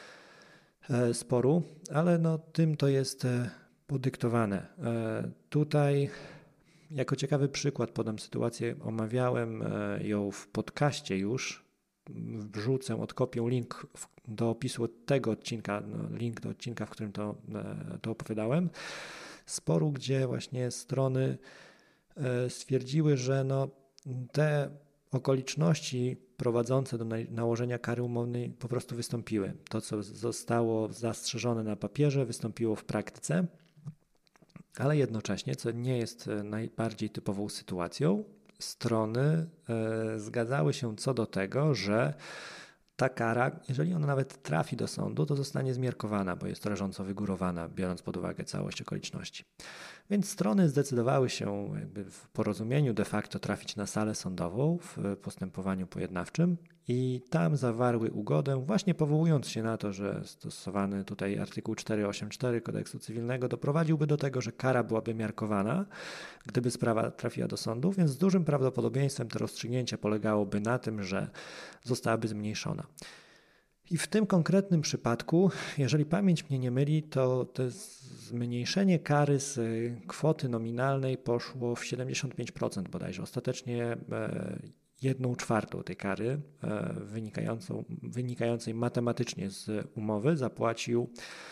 sporu, ale no, tym to jest podyktowane. Tutaj jako ciekawy przykład podam sytuację, omawiałem ją w podcaście już, wrzucę, odkopię link do opisu tego odcinka, no, link do odcinka, w którym to, to opowiadałem, sporu, gdzie właśnie strony stwierdziły, że no, te okoliczności prowadzące do nałożenia kary umownej po prostu wystąpiły. To, co zostało zastrzeżone na papierze, wystąpiło w praktyce, ale jednocześnie, co nie jest najbardziej typową sytuacją, strony zgadzały się co do tego, że ta kara, jeżeli ona nawet trafi do sądu, to zostanie zmiarkowana, bo jest rażąco wygórowana, biorąc pod uwagę całość okoliczności. Więc strony zdecydowały się jakby w porozumieniu de facto trafić na salę sądową w postępowaniu pojednawczym i tam zawarły ugodę, właśnie powołując się na to, że stosowany tutaj artykuł czterysta osiemdziesiąt cztery Kodeksu Cywilnego doprowadziłby do tego, że kara byłaby miarkowana, gdyby sprawa trafiła do sądu, więc z dużym prawdopodobieństwem to rozstrzygnięcie polegałoby na tym, że zostałaby zmniejszona. I w tym konkretnym przypadku, jeżeli pamięć mnie nie myli, to to zmniejszenie kary z kwoty nominalnej poszło w siedemdziesiąt pięć procent bodajże. Ostatecznie jedną czwartą tej kary wynikającą, wynikającej matematycznie z umowy zapłacił,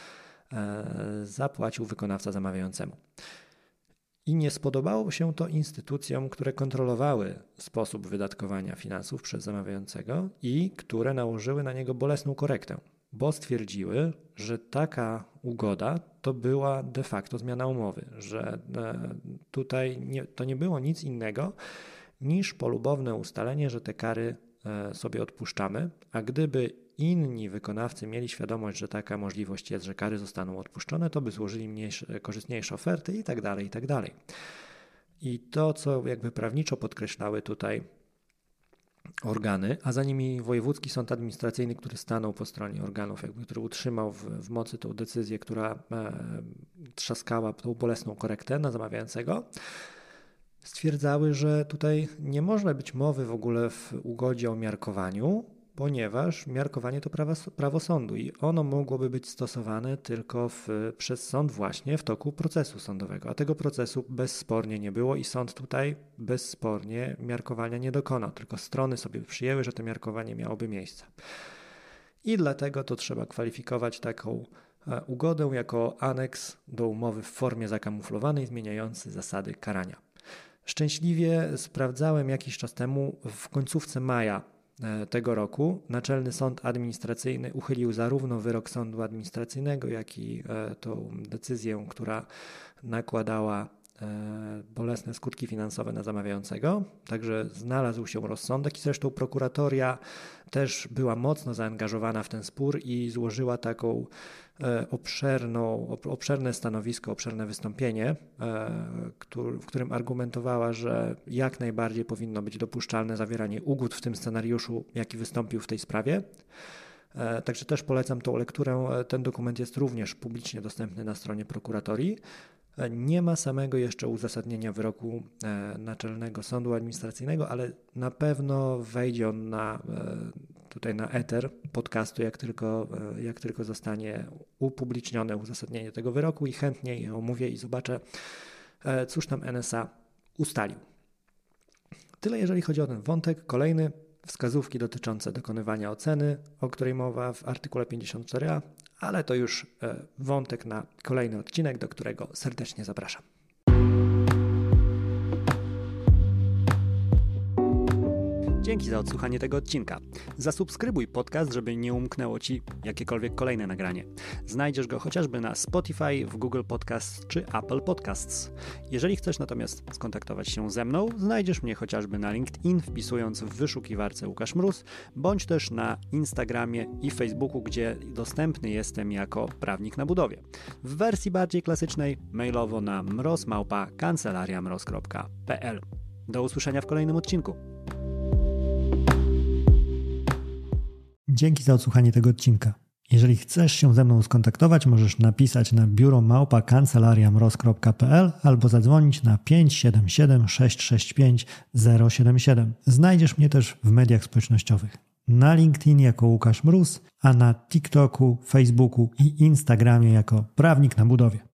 zapłacił wykonawca zamawiającemu. I nie spodobało się to instytucjom, które kontrolowały sposób wydatkowania finansów przez zamawiającego i które nałożyły na niego bolesną korektę, bo stwierdziły, że taka ugoda to była de facto zmiana umowy, że tutaj nie, to nie było nic innego niż polubowne ustalenie, że te kary sobie odpuszczamy, a gdyby inni wykonawcy mieli świadomość, że taka możliwość jest, że kary zostaną odpuszczone, to by złożyli mniejsze, korzystniejsze oferty i tak dalej, i tak dalej. I to, co jakby prawniczo podkreślały tutaj organy, a za nimi Wojewódzki Sąd Administracyjny, który stanął po stronie organów, jakby, który utrzymał w, w mocy tą decyzję, która e, trzaskała tą bolesną korektę na zamawiającego, stwierdzały, że tutaj nie może być mowy w ogóle w ugodzie o miarkowaniu, ponieważ miarkowanie to prawa, prawo sądu i ono mogłoby być stosowane tylko w, przez sąd właśnie w toku procesu sądowego, a tego procesu bezspornie nie było i sąd tutaj bezspornie miarkowania nie dokonał, tylko strony sobie przyjęły, że to miarkowanie miałoby miejsce. I dlatego to trzeba kwalifikować taką ugodę jako aneks do umowy w formie zakamuflowanej zmieniający zasady karania. Szczęśliwie sprawdzałem jakiś czas temu, w końcówce maja tego roku Naczelny Sąd Administracyjny uchylił zarówno wyrok sądu administracyjnego, jak i tą decyzję, która nakładała bolesne skutki finansowe na zamawiającego. Także znalazł się rozsądek i zresztą prokuratoria też była mocno zaangażowana w ten spór i złożyła taką obszerną, obszerne stanowisko, obszerne wystąpienie, w którym argumentowała, że jak najbardziej powinno być dopuszczalne zawieranie ugód w tym scenariuszu, jaki wystąpił w tej sprawie. Także też polecam tą lekturę. Ten dokument jest również publicznie dostępny na stronie prokuratorii. Nie ma samego jeszcze uzasadnienia wyroku Naczelnego Sądu Administracyjnego, ale na pewno wejdzie on na, tutaj na eter podcastu, jak tylko, jak tylko zostanie upublicznione uzasadnienie tego wyroku i chętnie je omówię i zobaczę, cóż tam N S A ustalił. Tyle jeżeli chodzi o ten wątek. Kolejny, wskazówki dotyczące dokonywania oceny, o której mowa w artykule pięćdziesiąt cztery a, ale to już wątek na kolejny odcinek, do którego serdecznie zapraszam. Dzięki za odsłuchanie tego odcinka. Zasubskrybuj podcast, żeby nie umknęło Ci jakiekolwiek kolejne nagranie. Znajdziesz go chociażby na Spotify, w Google Podcasts czy Apple Podcasts. Jeżeli chcesz natomiast skontaktować się ze mną, znajdziesz mnie chociażby na LinkedIn, wpisując w wyszukiwarce Łukasz Mróz, bądź też na Instagramie i Facebooku, gdzie dostępny jestem jako prawnik na budowie. W wersji bardziej klasycznej mailowo na mroz małpa kancelaria mroz kropka p l. Do usłyszenia w kolejnym odcinku. Dzięki za odsłuchanie tego odcinka. Jeżeli chcesz się ze mną skontaktować, możesz napisać na biuro małpa kancelaria mroz kropka p l albo zadzwonić na pięć siedem siedem sześć sześć pięć zero siedem siedem. Znajdziesz mnie też w mediach społecznościowych. Na LinkedIn jako Łukasz Mróz, a na TikToku, Facebooku i Instagramie jako Prawnik na Budowie.